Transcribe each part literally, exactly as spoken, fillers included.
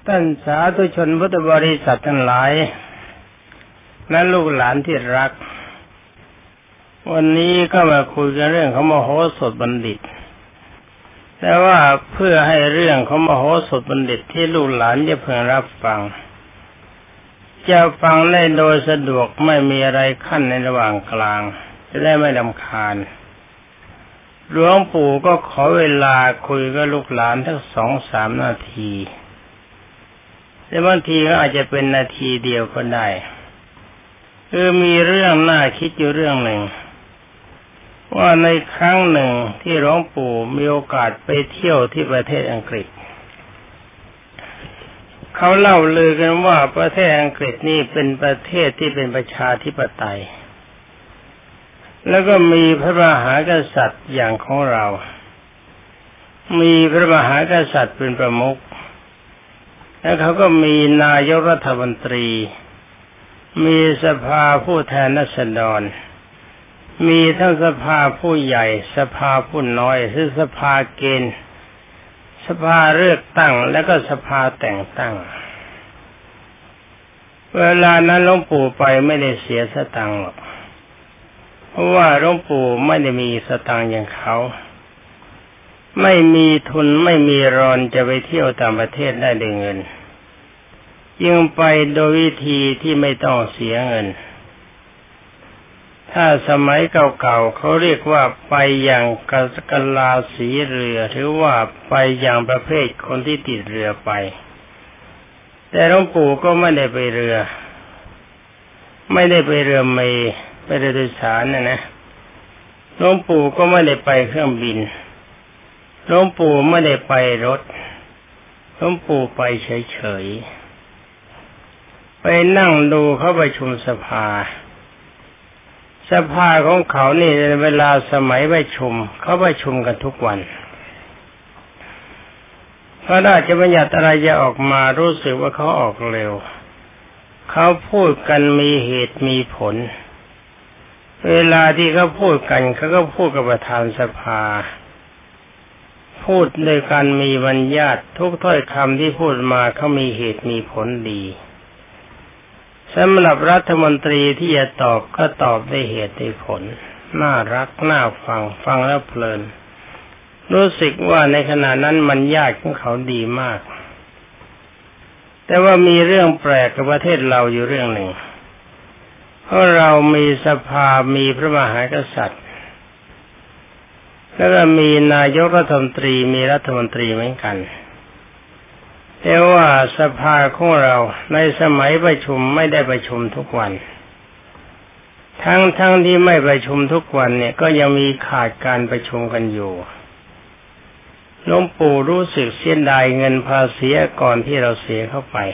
ท่านสาธุชนพุทธบริษัททั้งหลายและลูกหลานที่รักวันนี้ก็มาคุยกันเรื่องของมโหสถบัณฑิตแต่ว่าเพื่อให้เรื่องของมโหสถบัณฑิตที่ลูกหลานจะเพิ่งรับฟังจะฟังได้โดยสะดวกไม่มีอะไรขั้นในระหว่างกลางจะได้ไม่รำคาญหลวงปู่ก็ขอเวลาคุยกับลูกหลานทั้งสองสามนาทีแต่บางทีก็อาจจะเป็นนาทีเดียวก็ได้คือมีเรื่องน่าคิดอยู่เรื่องหนึ่งว่าในครั้งหนึ่งที่หลวงปู่มีโอกาสไปเที่ยวที่ประเทศอังกฤษเขาเล่าลือกันว่าประเทศอังกฤษนี่เป็นประเทศที่เป็นประชาธิปไตยแล้วก็มีพระมหากษัตริย์อย่างของเรามีพระมหากษัตริย์เป็นประมุขแล้วเขาก็มีนายกรัฐมนตรีมีสภาผู้แทนราษฎรมีทั้งสภาผู้ใหญ่สภาผู้น้อยคือสภาเกณฑ์สภาเลือกตั้งแล้วก็สภาแต่งตั้งเวลานั้นหลวงปู่ไปไม่ได้เสียสตังค์หรอกเพราะว่าหลวงปู่ไม่ได้มีสตังค์อย่างเขาไม่มีทุนไม่มีรอนจะไปเที่ยวต่างประเทศได้ด้วยเงินจึงไปโดยวิธีที่ไม่ต้องเสียเงินถ้าสมัยเก่าๆเขาเรียกว่าไปอย่างกะลาสีเรือหรือว่าไปอย่างประเภทคนที่ติดเรือไปแต่หลวงปู่ก็ไม่ได้ไปเรือไม่ได้ไปเรือเมล์ไปเรือโดยสารนะนะหลวงปู่ก็ไม่ได้ไปเครื่องบินหลวงปู่ไม่ได้ไปรถหลวงปู่ไปเฉยๆไปนั่งดูเขาประชุมสภาสภาของเขานี่ในเวลาสมัยประชุมเขาประชุมกันทุกวันพระราชบัญญัติอะไรจะออกมารู้สึกว่าเขาออกเร็วเขาพูดกันมีเหตุมีผลเวลาที่เขาพูดกันเขาก็พูดกับประธานสภาพูดด้วยการมีบรรยาททุกถ้อยคำที่พูดมาเขามีเหตุมีผลดีสำหรับรัฐมนตรีที่จะตอบก็ตอบได้เหตุได้ผลน่ารักน่าฟังฟังแล้วเพลินรู้สึกว่าในขณะนั้นมันญาติของเขาดีมากแต่ว่ามีเรื่องแปลกกับประเทศเราอยู่เรื่องหนึ่งเพราะเรามีสภามีพระมหากษัตริย์แล้วก็มีนายกรัฐมนตรีมีรัฐมนตรีเหมือนกันแต่ว่าสภาของเราในสมัยประชุมไม่ได้ประชุมทุกวันทั้งๆ ท, ที่ไม่ประชุมทุกวันเนี่ยก็ยังมีขาดการประชุมกันอยู่หลวงปู่รู้สึกเสียดายเงินภาษีก่อนที่เราเสียเข้าไป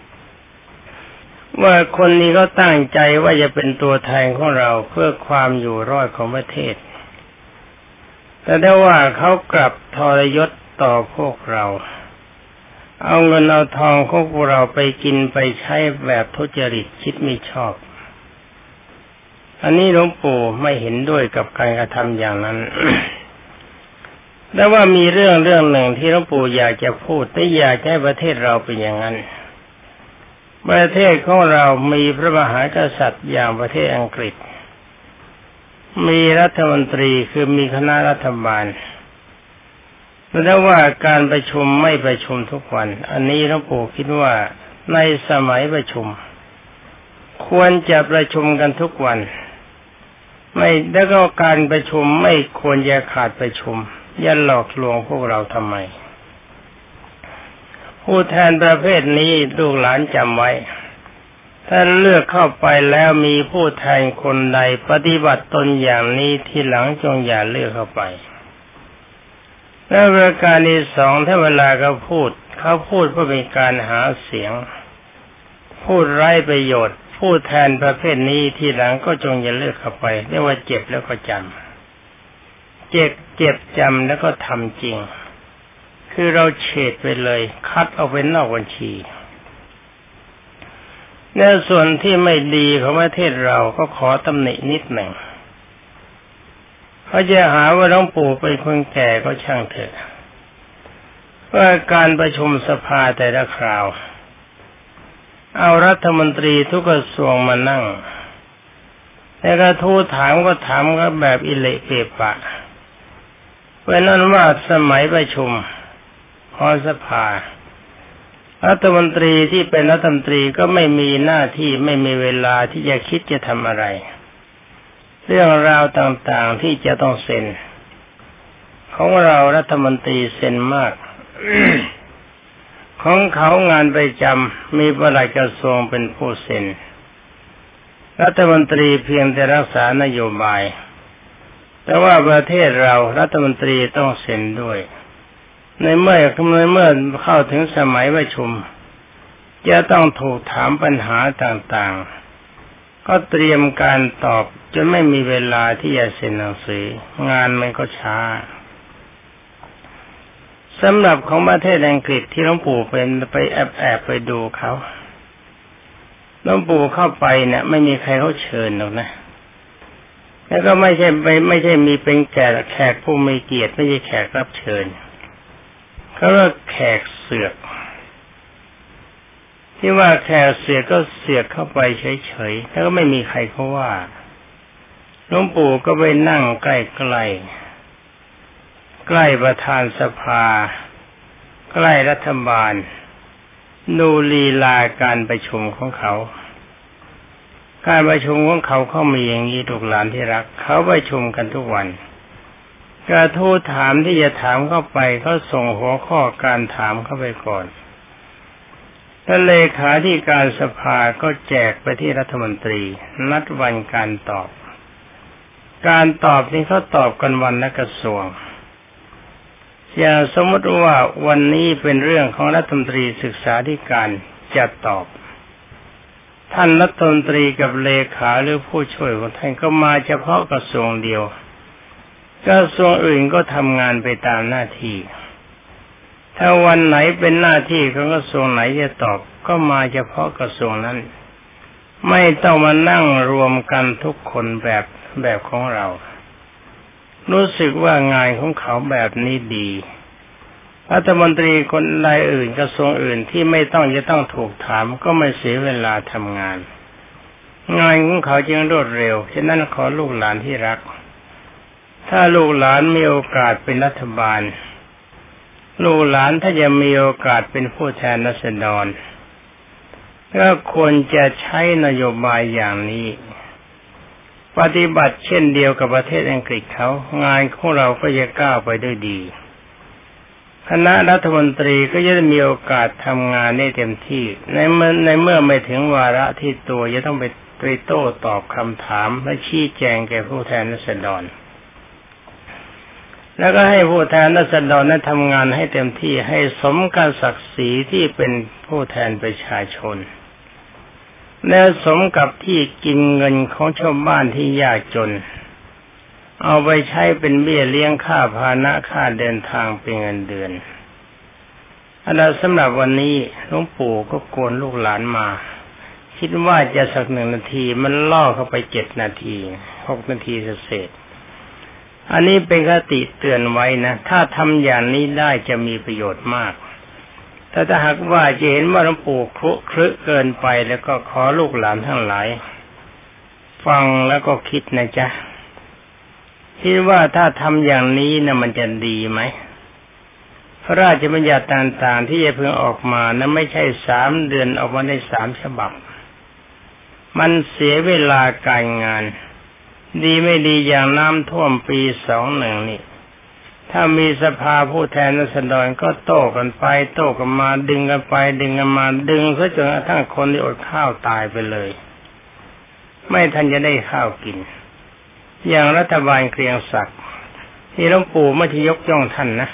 ว่าคนนี้ก็ตั้งใจว่าจะเป็นตัวแทนของเราเพื่อความอยู่รอดของประเทศแต่ได้ว่าเขากลับทรยศต่อพวกเราเอาเงินเอาทองของพวกเราไปกินไปใช้แบบทุจริตคิดไม่ชอบอันนี้หลวงปู่ไม่เห็นด้วยกับการกระทำอย่างนั้น แต่ว่ามีเรื่องเรื่องหนึ่งที่หลวงปู่อยากจะพูดแต่อยากให้ประเทศเราเป็นอย่างนั้นประเทศของเรามีพระมหากษัตริย์อย่างประเทศอังกฤษมีรัฐมนตรีคือมีคณะรัฐบาลแต่ว่าการประชุมไม่ประชุมทุกวันอันนี้หลวงปู่คิดว่าในสมัยประชุมควรจะประชุมกันทุกวันไม่แล้วก็การประชุมไม่ควรจะขาดประชุมอย่าหลอกลวงพวกเราทำไมผู้แทนประเภทนี้ลูกหลานจำไว้ถ้าเลือกเข้าไปแล้วมีผู้แทนคนใดปฏิบัติตนอย่างนี้ทีหลังจงอย่าเลือกเข้าไปและประการที่สองถ้าเวลาเขาพูดเขาพูดเพื่อเป็นการหาเสียงพูดไร้ประโยชน์ผู้แทนประเภทนี้ทีหลังก็จงอย่าเลือกเข้าไปเรียกว่าเจ็บแล้วก็จำเจ็บเจ็บจำแล้วก็ทำจริงคือเราเฉดไปเลยคัดเอาไปนอกบัญชีในส่วนที่ไม่ดีของประเทศเราก็ขอตำหนินิดหนึ่งเขาจะหาว่าหลวงปู่เป็นคนแก่ก็ช่างเถอะ เว่าการประชุมสภาแต่ละคราวเอารัฐมนตรีทุกกระทรวงมานั่งแต่กระทู้ถามก็ถามก็แบบอิเละเปะปะเพราะนั้นว่าสมัยประชุมพอสภารัฐมนตรีที่เป็นรัฐมนตรีก็ไม่มีหน้าที่ไม่มีเวลาที่จะคิดจะทำอะไรเรื่องราวต่างๆที่จะต้องเซ็นของเรารัฐมนตรีเซ็นมาก ของเขางานประจำมีปลัดกระทรวงเป็นผู้เซ็นรัฐมนตรีเพียงแต่รักษานโยบายแต่ว่าประเทศเรารัฐมนตรีต้องเซ็นด้วยในเมื่อในเมื่อเข้าถึงสมัยประชุมจะต้องถูกถามปัญหาต่างๆก็เตรียมการตอบจนไม่มีเวลาที่จะเซ็นหนังสืองานมันก็ช้าสำหรับของประเทศอังกฤษที่หลวงปู่เป็นไปแอบแอบไปดูเขาหลวงปู่เข้าไปเนี่ยไม่มีใครเขาเชิญหรอกนะแล้วก็ไม่ใช่ไปไม่ใช่มีเป็นแขกแขกผู้มีเกียรติไม่ใช่แขกรับเชิญเขาเรียกแขกเสือกที่ว่าแขกเสือกก็เสือกเข้าไปเฉยๆแล้วก็ไม่มีใครเขาว่าหลวงปู่ก็ไปนั่งใกล้ๆใกล้ประธานสภาใกล้รัฐบาลดูลีลาการประชุมของเขาการประชุมของเขาเขามีอย่างนี้ลูกหลานที่รักเขาประชุมกันทุกวันกระทู้ถามที่จะถามเข้าไปเขาส่งหัวข้อการถามเข้าไปก่อนท่านเลขาธิการสภาก็แจกไปที่รัฐมนตรีนัดวันการตอบการตอบนี้เขาตอบกันวันละกระทรวงอย่างสมมติว่าวันนี้เป็นเรื่องของรัฐมนตรีศึกษาธิการจะตอบท่านรัฐมนตรีกับเลขาหรือผู้ช่วยของท่านก็มาเฉพาะกระทรวงเดียวกระทรวงอื่นก็ทำงานไปตามหน้าที่ถ้าวันไหนเป็นหน้าที่ของกระทรวงไหนจะตอบก็มาเฉพาะกระทรวงนั้นไม่ต้องมานั่งรวมกันทุกคนแบบแบบของเรารู้สึกว่างานของเขาแบบนี้ดีรัฐมนตรีคนใดอื่นกระทรวงอื่นที่ไม่ต้องจะต้องถูกถามก็ไม่เสียเวลาทำงานงานของเขาจึงรวดเร็วฉะนั้นขอลูกหลานที่รักถ้าลูกหลานมีโอกาสเป็นรัฐบาลลูกหลานถ้าจะมีโอกาสเป็นผู้แทนราษฎรก็ควรจะใช้นโยบายอย่างนี้ปฏิบัติเช่นเดียวกับประเทศอังกฤษเขางานของเราก็จะก้าวไปด้วยดีคณะรัฐมนตรีก็จะมีโอกาสทำงานได้เต็มที่ในเมื่อในเมื่อไม่ถึงวาระที่ตัวจะต้องไปไปโต้ตอบคำถามและชี้แจงแก่ผู้แทนราษฎรแล้วก็ให้ผู้แทนราษฎรนั้นทำงานให้เต็มที่ให้สมกับศักดิ์ศรีที่เป็นผู้แทนประชาชนและสมกับที่กินเงินของชาวบ้านที่ยากจนเอาไปใช้เป็นเบี้ยเลี้ยงค่าพาหนะค่าเดินทางเป็นเงินเดือนอันนั้นสำหรับวันนี้หลวงปู่ก็โกนลูกหลานมาคิดว่าจะสักหนึ่งนาทีมันล่อเข้าไปเจ็ดนาทีหกนาทีเศษอันนี้เป็นคติเตือนไว้นะถ้าทำอย่างนี้ได้จะมีประโยชน์มากแต่ถ้าหากว่าจะเห็นว่าหลวงปู่ครุครึเกินไปแล้วก็ขอลูกหลานทั้งหลายฟังแล้วก็คิดนะจ๊ะคิดว่าถ้าทำอย่างนี้นะมันจะดีไหมพระราชบัญญัติต่างๆที่จะเพิ่งออกมานะไม่ใช่สามเดือนออกมาได้สามฉบับมันเสียเวลาการงานดีไม่ดีอย่างน้ำท่วมปีสองหนึ่งนี่ถ้ามีสภาผู้แทนราษฎรก็โต้กันไปโต้กันมาดึงกันไปดึงกันมาดึงซะจนกระทั่งคนที่อดข้าวตายไปเลยไม่ทันจะได้ข้าวกินอย่างรัฐบาลเกรียงศักดิ์ที่หลวงปู่ไม่ที่ยกย่องท่านนะ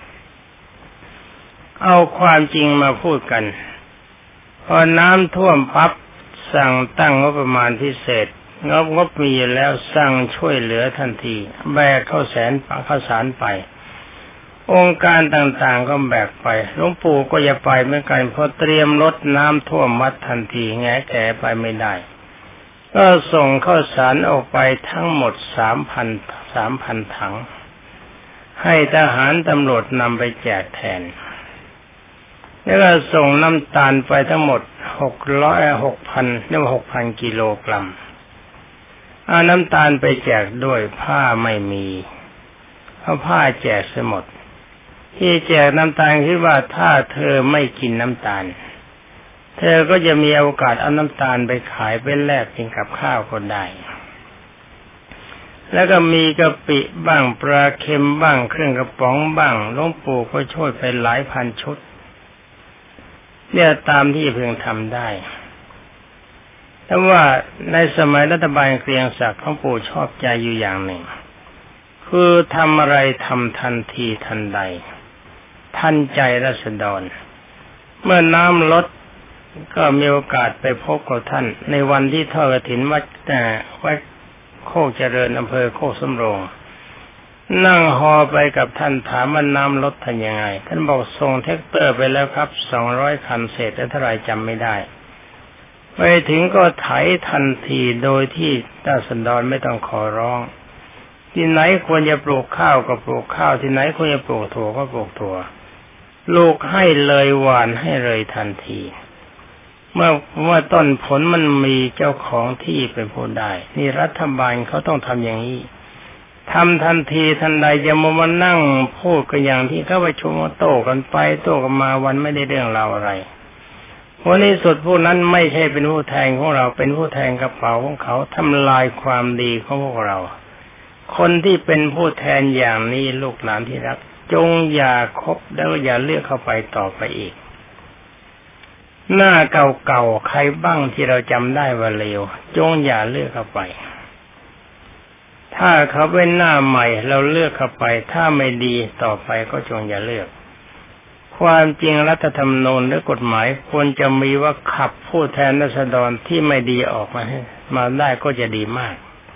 เอาความจริงมาพูดกันพอน้ำท่วมปั๊บสั่งตั้งงบประมาณพิเศษงบงบมีแล้วสั่งช่วยเหลือทันทีแบกข้าวแสนข้าวสารไปองค์การต่างๆก็แบกไปหลวงปู่ก็จะไปเหมือนกันเพราะเตรียมรถน้ำท่วมวัดทันทีแง่แก่ไปไม่ได้ก็ส่งข้าวสารออกไปทั้งหมดสามพันสามพันถังให้ทหารตำรวจนำไปแจกแทนแล้วก็ส่งน้ำตาลไปทั้งหมดหกร้อยหกพันเรียกว่าหกพันกิโลกรัมเอาน้ำตาลไปแจกด้วยผ้าไม่มีเอาผ้าแจกเสียหมดที่แจกน้ำตาลคิดว่าถ้าเธอไม่กินน้ำตาลเธอก็จะมีโอกาสเอาน้ำตาลไปขายไปแลกกินกับข้าวก็ได้แล้วก็มีกะปิบ้างปลาเค็มบ้างเครื่องกระป๋องบ้างหลวงปู่ก็ช่วยไปหลายพันชุดเนี่ยตามที่เพิ่งทำได้แต่ว่าในสมัยรัฐบาลเกรียงศักดิ์หลวงปู่ชอบใจอยู่อย่างหนึ่งคือทำอะไรทำทันทีทันใดทันใจราษฎรเมื่อน้ำลดก็มีโอกาสไปพบกับท่านในวันที่ทอดกฐินวัดแต่วัดโคกเจริญอำเภอโคกสำโรงนั่งฮอไปกับท่านถามว่าน้ำลดทันยังไงท่านบอกส่งแท็กเตอร์ไปแล้วครับสองร้อยคันเศษแต่เท่าไรจำไม่ได้ไปถึงก็ไถทันทีโดยที่ราษฎรไม่ต้องขอร้องที่ไหนควรจะปลูกข้าวก็ปลูกข้าวที่ไหนควรจะปลูกถั่วก็ปลูกถั่วลูกให้เลยหวานให้เลยทันทีเมื่อเมื่อต้นผลมันมีเจ้าของที่เป็นผู้ได้นี่รัฐบาลเขาต้องทำอย่างนี้ทำทันทีทันใดอย่ามามานั่งพูดกันอย่างที่เขาประชุมโต้กันไปโต้กันมาวันไม่ได้เรื่องราวอะไรวันนี้สุดผู้นั้นไม่ใช่เป็นผู้แทนของเราเป็นผู้แทนกระเป๋าของเขาทำลายความดีของพวกเราคนที่เป็นผู้แทนอย่างนี้ลูกหลานที่รักจงอย่าคบแล้วอย่าเลือกเข้าไปต่อไปอีกหน้าเก่าๆใครบ้างที่เราจำได้ว่าเลวจงอย่าเลือกเข้าไปถ้าเขาเป็นหน้าใหม่เราเลือกเข้าไปถ้าไม่ดีต่อไปก็จงอย่าเลือกความจริงรัฐธรรมนูญหรือกฎหมายควรจะมีว่าขับผู้แทนราษฎรที่ไม่ดีออกมาให้มาได้ก็จะดีมาก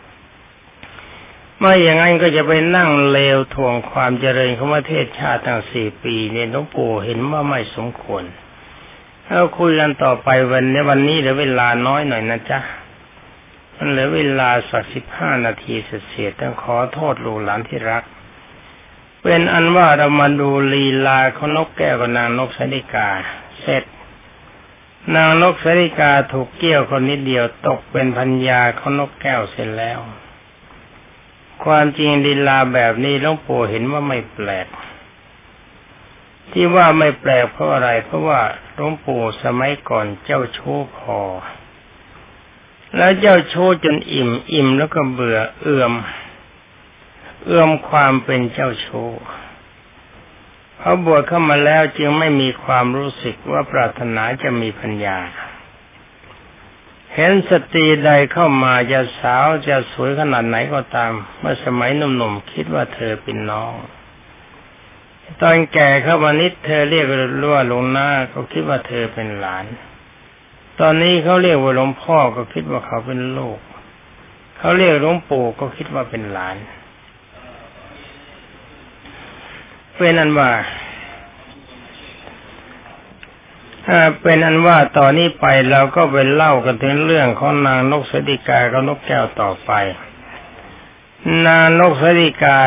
ไม่อย่างนั้นก็จะไปนั่งเลวทวงความเจริญของประเทศชาติตั้งสี่ปีเนี่ยหลวงปู่เห็นว่าไม่สมควรเอาคุยกันต่อไปวันนี้วันนี้เหลือเวลาน้อยหน่อยนะจ๊ะมันเหลือเวลาสักสิบห้านาทีเศษๆต้องขอโทษลูกหลานที่รักเป็นอันว่าเรามาดูลีลาของนกแก้วกับนางนกสาริกาเสร็จนางนกสาริกาถูกเกี่ยวคนนิดเดียวตกเป็นพันยาของนกแก้วเสร็จแล้วความจริงลีลาแบบนี้หลวงปู่เห็นว่าไม่แปลกที่ว่าไม่แปลกเพราะอะไรเพราะว่าหลวงปู่สมัยก่อนเจ้าชู้พอแล้วเจ้าชู้จนอิ่มอิ่มแล้วก็เบื่อเอื่อมเอื้อมความเป็นเจ้าชู้พอบวชเข้ามาแล้วจึงไม่มีความรู้สึกว่าปรารถนาจะมีปัญญาเห็นสตรีใดเข้ามาจะสาวจะสวยขนาดไหนก็ตามเมื่อสมัยหนุ่มๆคิดว่าเธอเป็นน้องตอนแก่เข้ามานิดเธอเรียกว่าหลวงน้าก็คิดว่าเธอเป็นหลานตอนนี้เขาเรียกว่าหลวงพ่อก็คิดว่าเขาเป็นลูกเขาเรียกหลวงปู่ก็คิดว่าเป็นหลานเป็นอันว่าเป็นอันว่าตอนนี้ไปเราก็ไปเล่ากันถึงเรื่องของนางนกสาริกากับนกแก้วต่อไปนางนกสาริกา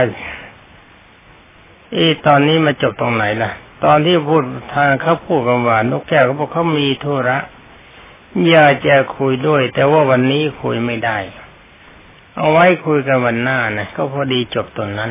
อีตอนนี้มาจบตรงไหนล่ะตอนที่พูดทางเขาพูดกันว่านกแก้วเขาบอกเขามีธุระอยากจะคุยด้วยแต่ว่าวันนี้คุยไม่ได้เอาไว้คุยกันวันหน้านะก็พอดีจบตรงนั้น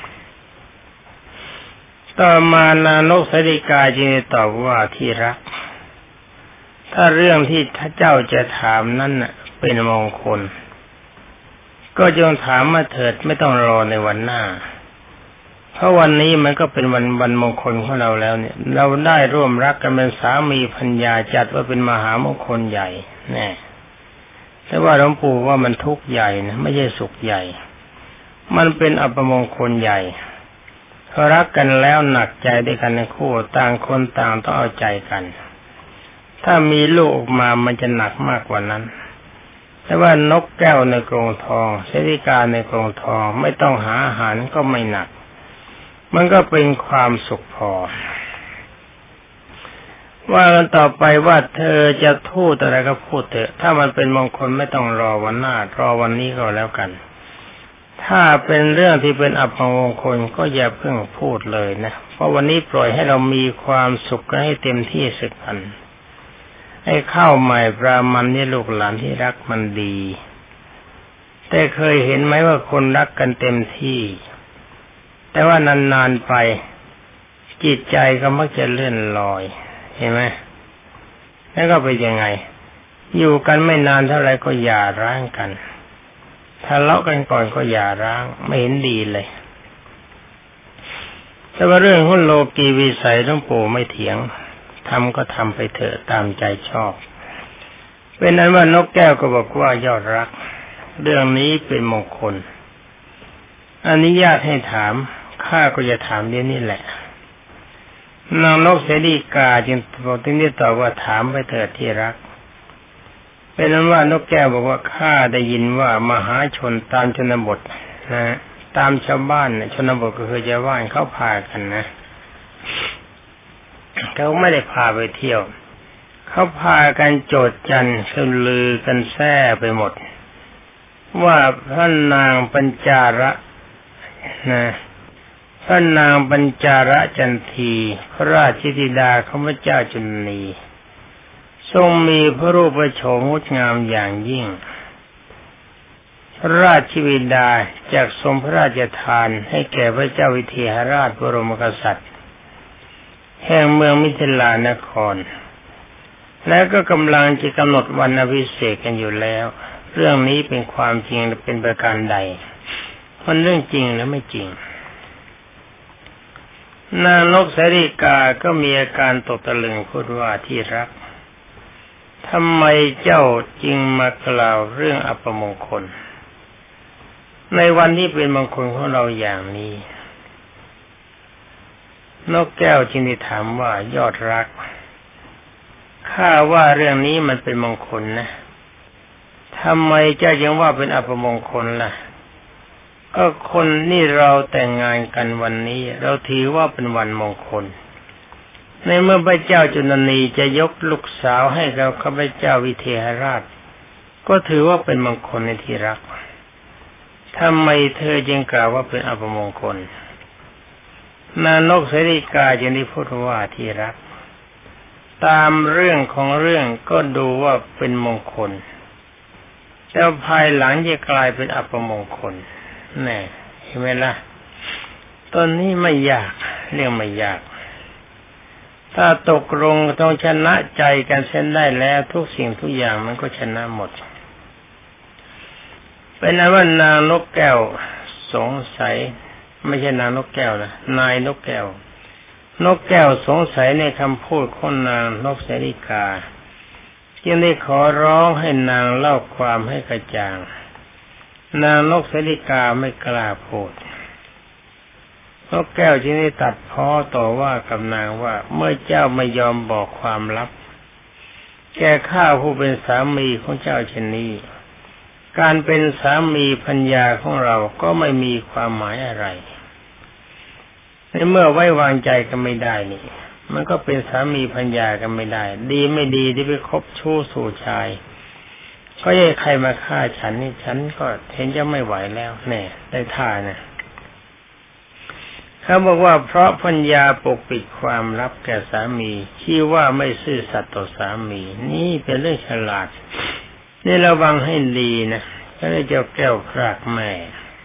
ต่อมานางนกสาริกาจึงตอบว่าที่รักถ้าเรื่องที่ท่านเจ้าจะถามนั้นน่ะเป็นมงคลก็จงถามมาเถิดไม่ต้องรอในวันหน้าเพราะวันนี้มันก็เป็นวันวันมงคลของเราแล้วเนี่ยเราได้ร่วมรักกันเป็นสามีภรรยาจัดว่าเป็นมหามงคลใหญ่แน่แต่ว่าหลวงปู่ว่ามันทุกข์ใหญ่นะไม่ใช่สุขใหญ่มันเป็นอัปมงคลใหญ่เขารักกันแล้วหนักใจด้วยกันทั้งคู่ต่างคนต่างต้องเอาใจกันถ้ามีลูกออกมามันจะหนักมากกว่านั้นแต่ว่านกแก้วในกรงทองสาริกาในกรงทองไม่ต้องหาอาหารก็ไม่หนักมันก็เป็นความสุขพอว่ากันต่อไปว่าเธอจะพูดอะไรก็พูดเถอะถ้ามันเป็นมงคลไม่ต้องรอวันหน้ารอวันนี้ก็แล้วกันถ้ถ้าเป็นเรื่องที่เป็นอัปมงคลก็อย่าเพิ่งพูดเลยนะเพราะวันนี้ปล่อยให้เรามีความสุขกันให้เต็มที่สักวันให้เข้าใหม่ปรามันนี่ลูกหลานที่รักมันดีแต่เคยเห็นไหมว่าคนรักกันเต็มที่แต่ว่านานๆไปจิตใจก็มักจะเลื่อนลอยเห็นไหมแล้วก็เป็นยังไงอยู่กันไม่นานเท่าไรก็หย่าร้างกันทะเลาะกันก่อนก็หย่าร้างไม่เห็นดีเลยแต่ว่าเรื่องหุ้นโลกีวิสัยหลวงปู่ไม่เถียงทำก็ทำไปเถอะตามใจชอบเป็นนั้นว่านกแก้วก็บอกว่ายอดรักเรื่องนี้เป็นมงคลอนุญาตให้ถามข้าก็จะถามเดี๋ยวนี้แหละนางนกเสดีกาจึงบอกที่นี่ตอบว่าถามไปเถิดที่รักเป็นนั้นว่านกแก้วบอกว่าข้าได้ยินว่ามหาชนตามชนบทนะตามชาวบ้านชนบทก็คือชาวบ้านเขาพากันนะเขาไม่ได้พาไปเที่ยวเขาพากันโจษจันทร์สือลือกันแซ่ไปหมดว่าพระนางปัญจาระนะพระนางปัญจาระจันทีพระราชธิดาของพระเจ้าจุลนีทรงมีพระรูปโฉมงดงามอย่างยิ่งพระราชบิดาจากทรงพระราชทานให้แก่พระเจ้าวิเทหราชบรมกษัตริย์แห่งเมืองมิถิลานครและก็กำลังจะกำหนดวันอภิเษกกันอยู่แล้วเรื่องนี้เป็นความจริงหรือเป็นประการใดมันเรื่องจริงหรือไม่จริงนางนกสาริกาก็มีอาการตกตะลึงพูดว่าที่รักทำไมเจ้าจึงมากล่าวเรื่องอัปมงคลในวันที่เป็นมงคลของเราอย่างนี้นกแก้วจึงได้ถามว่ายอดรักข้าว่าเรื่องนี้มันเป็นมงคลนะทำไมเจ้ายังว่าเป็นอัปมงคลล่ะก็คนนี่เราแต่งงานกันวันนี้เราถือว่าเป็นวันมงคลในเมื่อพระเจ้าจุลนีจะยกลูกสาวให้เราข้าพเจ้าวิเทหราชก็ถือว่าเป็นมงคลในที่รักทำไมเธอจึงกล่าวว่าเป็นอัปมงคลนางนกสาริกาจึงได้พูดว่าที่รักตามเรื่องของเรื่องก็ดูว่าเป็นมงคลแต่ภายหลังจะกลายเป็นอัปมงคลแน่เห็นไหมล่ะตอนนี้ไม่ยากเรื่องไม่ยากถ้าตกลงต้องชนะใจกันเส้นได้แล้วทุกสิ่งทุกอย่างมันก็ชนะหมดเป็นนั้นว่านางนกแก้วสงสัยไม่ใช่นางนกแก้วนะนายนกแก้วนกแก้วสงสัยในคำพูดของนางนกสาริกาจึงได้ขอร้องให้นางเล่าความให้กระจ่างนางนกสาริกาไม่กล้าพูดนกแก้วจึงได้ตัดพ้อต่อว่ากับนางว่าเมื่อเจ้าไม่ยอมบอกความลับแก่ข้าผู้เป็นสามีของเจ้าเช่นนี้การเป็นสามีภรรยาของเราก็ไม่มีความหมายอะไรในเมื่อไว้วางใจกันไม่ได้นี่มันก็เป็นสามีภรรยากันไม่ได้ดีไม่ดีที่ไปคบชู้สู่ชายก็ยังใครมาฆ่าฉันนี่ฉันก็เห็นจะไม่ไหวแล้วแน่ได้ท่านะเขาบอกว่าเพราะภรรยาปกปิดความลับแก่สามีชื่อว่าไม่ซื่อสัตย์ต่อสามีนี่เป็นเรื่องฉลาดนี่ระวังให้ดีนะถ้าได้เจ้าแก้วพรากแม่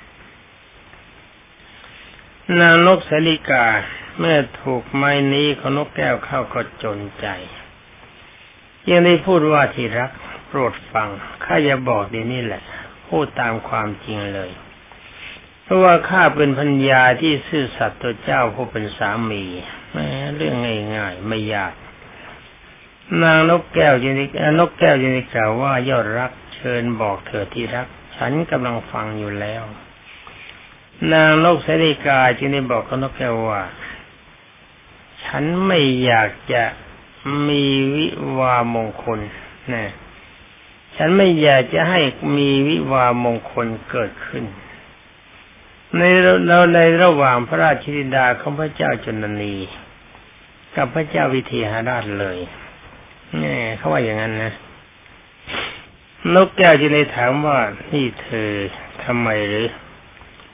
นางนกสาริกาเมื่อถูกไม้นี้ของนกแก้วเข้าก็จนใจยังได้พูดว่าที่รักโปรดฟังข้าจะบอกดีนี่แหละพูดตามความจริงเลยเพราะว่าข้าเป็นภรรยาที่ซื่อสัตย์ต่อเจ้าผู้เป็นสามีแม้เรื่องง่ายๆไม่ยากนางนกแก้วจึงได้นกแก้วจึงได้กล่าวว่ายอดรักเชิญบอกเถิดที่รักฉันกำลังฟังอยู่แล้วนางนกสาริกาจึงได้บอกกับนกแก้วว่าฉันไม่อยากจะมีวิวาห์มงคลนะฉันไม่อยากจะให้มีวิวาห์มงคลเกิดขึ้นในเราในระหว่างพระราชธิดาของพระเจ้าจุลนีกับพระเจ้าวิเทหราชเลยนี่เขาว่าอย่างนั้นนะนกแก้วจึงได้ถามว่านี่เธอทำไมหรือ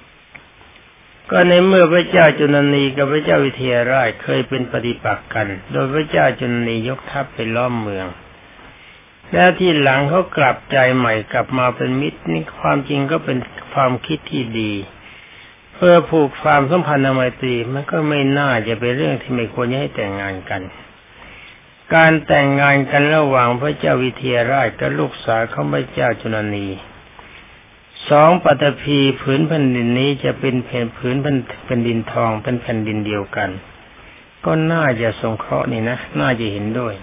ก็ในเมื่อพระเจ้าจุลนีกับพระเจ้าวิเทหราชเคยเป็นปฏิปักษ์กันโดยพระเจ้าจุลนียกทัพไปล้อมเมืองแล้วที่หลังเขากลับใจใหม่กลับมาเป็นมิตรนี่ความจริงก็เป็นความคิดที่ดีเพื่อผูกความสัมพันธ์ไมตรีมันก็ไม่น่าจะเป็นเรื่องที่ไม่ควรให้แต่งงานกันการแต่งงานกันระหว่างพระเจ้าวิเทหราชกับลูกสาวของพระเจ้าจุลนีสองปฐพีผืนแผ่นดินนี้จะเป็นแผ่นผืนแผ่นดินทองเป็นแผ่นดินเดียวกันก็น่าจะสงเคราะห์นี่นะน่าจะเห็นด้วย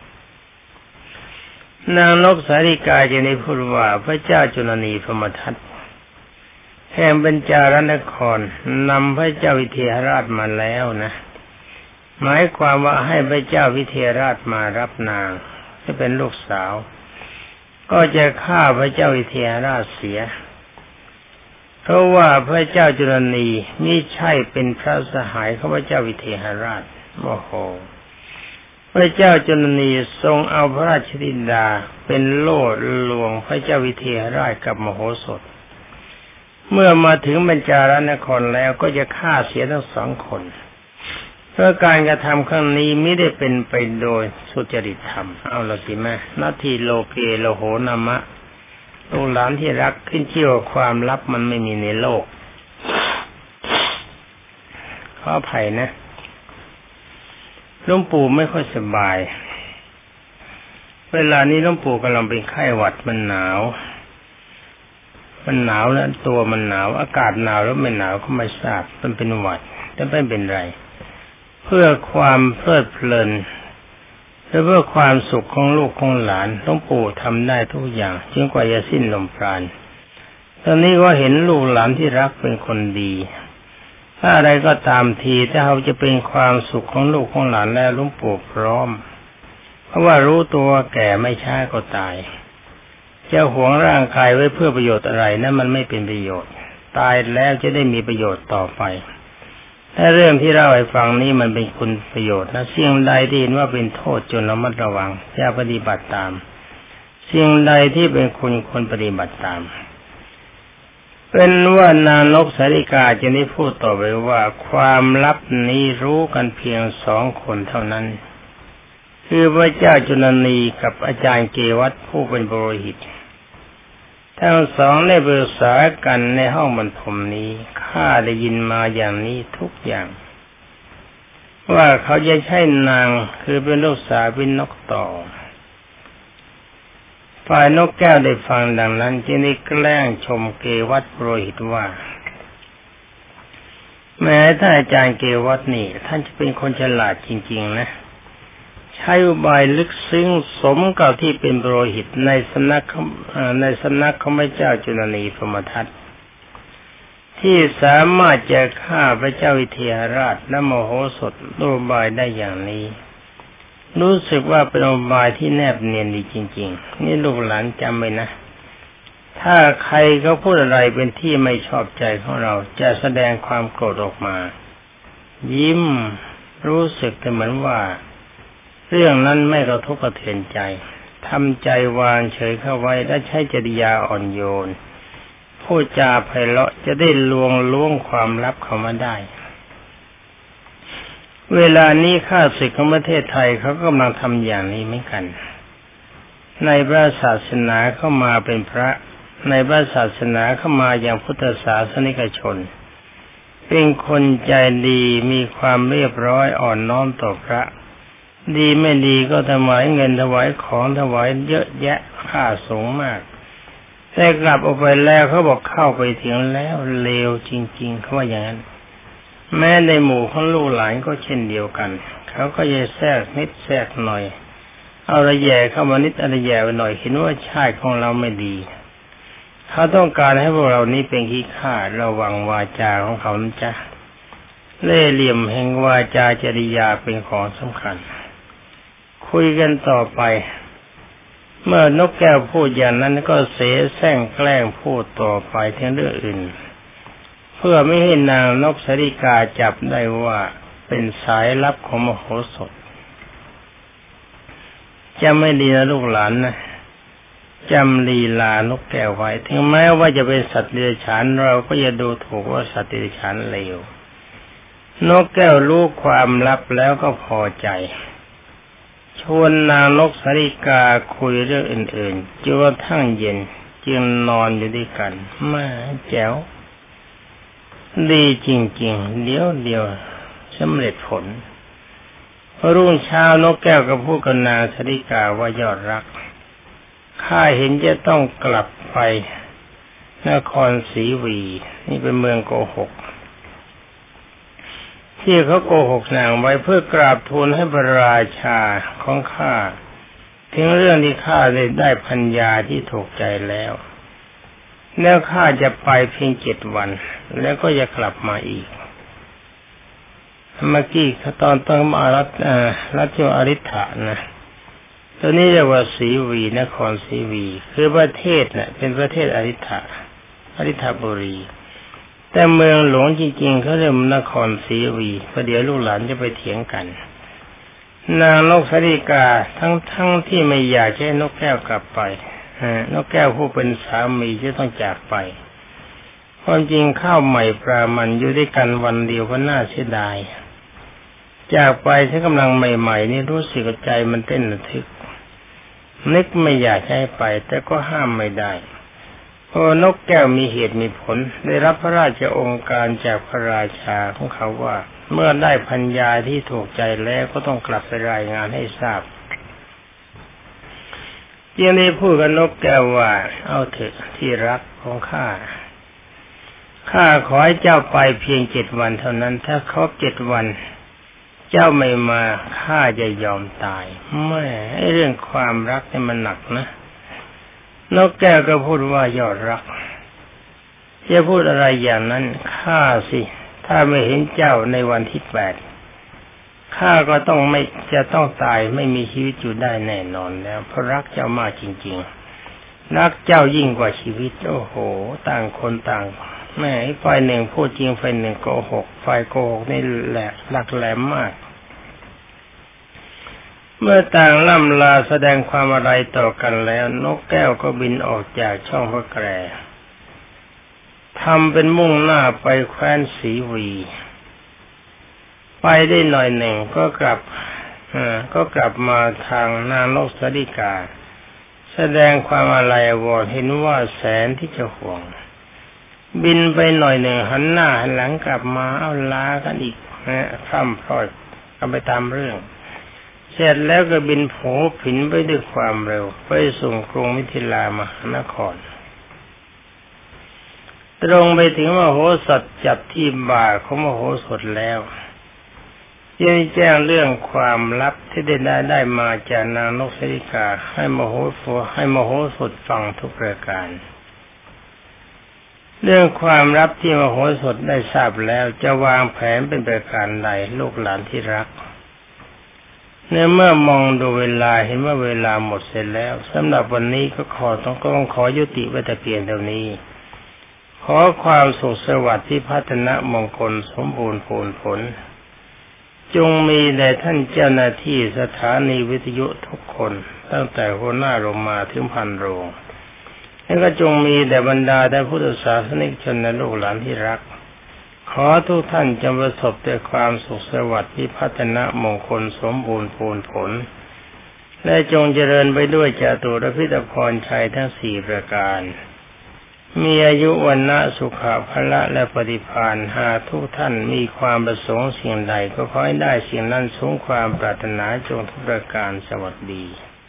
นางนกสาริกาจะได้พูดว่าพระเจ้าจุลนีพรหมทัตแห่งเบญจารนครนำพระเจ้าวิเทหราชมาแล้วนะหมายความว่าให้พระเจ้าวิเทหราชมารับนางให้เป็นลูกสาวก็จะฆ่าพระเจ้าวิเทหราชเสียเพราะว่าพระเจ้าจุลนีมิใช่เป็นพระสหายของพระเจ้าวิเทหราชโอ้โหพระเจ้าจุลนีทรงเอาพระราชธิดาเป็นโล่ลวงพระเจ้าวิเทหราชกับมโหสถเมื่อมาถึงเบญจารนครแล้วก็จะฆ่าเสียทั้งสองคนเพราะการกระทำครั้งนี้ไม่ได้เป็นไปโดยสุจริตธรรมเอาละสิแม่นาทีโลเกโลโหนามะลูกหลานที่รักขึ้นชื่อว่าความลับมันไม่มีในโลกขออภัยนะหลวงปู่ไม่ค่อยสบายเวลานี้หลวงปู่กำลังเป็นไข้หวัดมันหนาวมันหนาวแล้วตัวมันหนาวอากาศหนาวแล้วไม่หนาวก็ไม่ทราบมันเป็นหวัดแต่ไม่เป็นไรเพื่อความเพลิดเพลินและเพื่อความสุขของลูกของหลานหลวงปู่ทำได้ทุกอย่างจนกว่าจะสิ้นลมปราณตอนนี้ก็เห็นลูกหลานที่รักเป็นคนดีถ้าอะไรก็ตามทีถ้าเขาจะเป็นความสุขของลูกของหลานแล้วหลวงปู่พร้อมเพราะว่ารู้ตัวแก่ไม่ช้าก็ตายจะหวงร่างกายไว้เพื่อประโยชน์อะไรนั้นมันไม่เป็นประโยชน์ตายแล้วจะได้มีประโยชน์ต่อไปถ้าเรื่องที่เล่าให้ฟังนี้มันเป็นคุณประโยชน์นะสิ่งใดที่เห็นว่าเป็นโทษจนระมัดระวังอย่าปฏิบัติตามสิ่งใดที่เป็นคุณควรปฏิบัติตามเป็นว่านางนกสาริกาจะได้พูดต่อไปว่าความลับนี้รู้กันเพียงสองคนเท่านั้นคือพระเจ้าจุลนีกับอาจารย์เกวัฏผู้เป็นปุโรหิตทั้งสองได้ปรึกษากันในห้องบรรทมนี้ข้าได้ยินมาอย่างนี้ทุกอย่างว่าเขาจะใช่นางคือเป็นลูกสาวเป็นนกต่อฝ่ายนกแก้วได้ฟังดังนั้นจึงได้แกล้งชมเกวัฏปุโรหิตว่าแม้ถ้าอาจารย์เกวัฏนี่ท่านจะเป็นคนฉลาดจริงๆนะใช้อุบายลึกซึ้งสมกับที่เป็นปุโรหิตในสำนักในสำนักของพระเจ้าจุลนีพรหมทัตที่สามารถจะฆ่าพระเจ้าวิเทหราชและมโหสถด้วยอุบายได้อย่างนี้รู้สึกว่าเป็นอุบายที่แนบเนียนดีจริงๆนี่ลูกหลานจำไว้นะถ้าใครเขาพูดอะไรเป็นที่ไม่ชอบใจของเราจะแสดงความโกรธออกมายิ้มรู้สึกแต่เหมือนว่าเรื่องนั้นไม่กระทบกระเทือนใจทำใจวางเฉยเข้าไว้และใช้จริยาอ่อนโยนพูดจาไพเราะจะได้ลวงล้วงความลับเข้ามาได้เวลานี้ข้าศึกของประเทศไทยเขาก็กำลังทำอย่างนี้เหมือนกันในพระศาสนาเข้ามาเป็นพระในพระศาสนาเข้ามาอย่างพุทธศาสนิกชนเป็นคนใจดีมีความเรียบร้อยอ่อนน้อมต่อพระดีไม่ดีก็ถวายเงินถวายของถวายเยอะแยะค่าสูงมากแต่กลับออกไปแล้วเขาบอกเข้าไปถึงแล้วเลวจริงๆเขาว่าอย่างนั้นแม้ในหมู่ของลูกหลานก็เช่นเดียวกันเขาก็จะแทรกนิดแทรกหน่อยเอาระแย่เข้ามานิดอะไรแย่ไปหน่อยเห็นว่าชาติของเราไม่ดีเขาต้องการให้พวกเรานี้เป็นขี้ข้าระวังวาจาของเขานะจ๊ะเล่ห์เหลี่ยมแห่งวาจาจริยาเป็นของสำคัญคุยกันต่อไปเมื่อนกแก้วพูดอย่างนั้นก็เสแสร้งแกล้งพูดต่อไปถึงเรื่องอื่นเพื่อไม่ให้นางนกสาริกาจับได้ว่าเป็นสายลับของมโหสถจะไม่ดีนะลูกหลานนะจำลีลานกแก้วไว้ถึงแม้ว่าจะเป็นสัตว์เดรัจฉานเราก็อย่าดูถูกว่าสัตว์เดรัจฉานเลวนกแก้วรู้ความลับแล้วก็พอใจชวนนางนกสาริกาคุยเรื่องอื่นๆจนกระทั่งเย็นจึงนอนอยู่ด้วยกันแม่แจ๋วดีจริงๆเดี๋ยวเดียวสำเร็จผลพอรุ่งเช้านกแก้วก็พูดกับนางสาริกาว่ายอดรักข้าเห็นจะต้องกลับไปนครศรีวีนี่เป็นเมืองโกหกที่เขาโกหกนางไว้เพื่อกราบทูลให้พระราชาของข้าถึงเรื่องที่ข้าได้ได้พัญญาที่ถูกใจแล้วแล้วข้าจะไปเพียงเจ็ดวันแล้วก็จะกลับมาอีกเมื่อกี้ตอนต้นมารัตรัชอริ ฐะนะตัวนี้เรียกว่าศรีวีนครศรีวีคือประเทศน่ะเป็นประเทศอริ ฐะอริ ฐบุรีแต่เมืองหลวงจริงๆเขาเรียกนครศรีวีประเดี๋ยวลูกหลานจะไปเถียงกันนางนกสาริกาทั้งๆ ท, ที่ไม่อยากให้นกแก้วกลับไปนกแก้วผู้เป็นสามีจะต้องจากไปความจริงข้าวใหม่ปลามันอยู่ด้วยกันวันเดียวก็น่าเสียดายจากไปถ้ากำลังใหม่ๆนี่รู้สึกใจมันเต้นระทึกนึกไม่อยากให้ไปแต่ก็ห้ามไม่ได้เพราะนกแก้วมีเหตุมีผลได้รับพระราชองค์การจากพระราชาของเขาว่าเมื่อได้พัญญาที่ถูกใจแล้วก็ต้องกลับไปรายงานให้ทราบจึงได้พูดกับนกแก้วว่าเอาเถอะที่รักของข้าข้าขอให้เจ้าไปเพียงเจ็ดวันเท่านั้นถ้าครบเจ็ดวันเจ้าไม่มาข้าจะยอมตายแม่ไอ้เรื่องความรักนี่มันหนักนะนกแก้วก็พูดว่ายอดรักจะพูดอะไรอย่างนั้นข้าสิถ้าไม่เห็นเจ้าในวันที่แปดข้าก็ต้องไม่จะต้องตายไม่มีชีวิตอยู่ได้แน่นอนแล้วเพราะรักเจ้ามากจริงๆรักเจ้ายิ่งกว่าชีวิตโอ้โหต่างคนต่างแม่ฝ่ายหนึ่งพูดจริงฝ่ายหนึ่งโกหกฝ่ายโกหกนี่แหละหลักแหลมมากเมื่อต่างล่ำลาแสดงความอะไรต่อกันแล้วนกแก้วก็บินออกจากช่องพระแกรทำเป็นมุ่งหน้าไปแคว้นศรีวีไปได้หน่อยหนึ่งก็กลับก็กลับมาทางนางนกสาริกาแสดงความอะไรวอนเห็นว่าแสนที่จะห่วงบินไปหน่อยหนึ่งหันหน้าหันหลังกลับมาเอาลากันอีกนะพร่ำพร่อยกันไปตามเรื่องเสร็จแล้วก็บินโผผินไปด้วยความเร็วไปสู่กรุงมิถิลามหานครตรงไปถึงมโหสถจับที่บ่าของมโหสถแล้วยังแจ้งเรื่องความลับที่ได้ได้ได้มาจากนางนกสาริกาให้มโหสถให้มโหสถฟังทุกประการเรื่องความลับที่มโหสถได้ทราบแล้วจะวางแผนเป็นประการใดลูกหลานที่รักในเมื่อมองดูเวลาเห็นว่าเวลาหมดเสร็จแล้วสำหรับวันนี้ก็ขอต้องก็ต้องขอยุติไว้แต่เพียงเท่านี้ขอความสุขสวัสดิ์ที่พัฒนามงคลสมบูรณ์ผลผลจงมีแด่ท่านเจ้าหน้าที่สถานีวิทยุทุกคนตั้งแต่หัวหน้าโรงมาถึงพันโรงและก็จงมีแด่บรรดาท่านพุทธศาสนิกชนและลูกหลานที่รักขอทุกท่านจงประสบแต่ความสุขสวัสดิ์ที่พัฒนามงคลสมบูรณ์ผลผลและจงเจริญไปด้วยจตุรพิธพรชัยทั้งสี่ประการมีอายุวันนะสุขะพละและปฏิภาณหากทุกท่านมีความประสงค์สิ่งใดก็ขอให้ได้สิ่งนั้นสมความปรารถนาจงทุกประการสวัสดี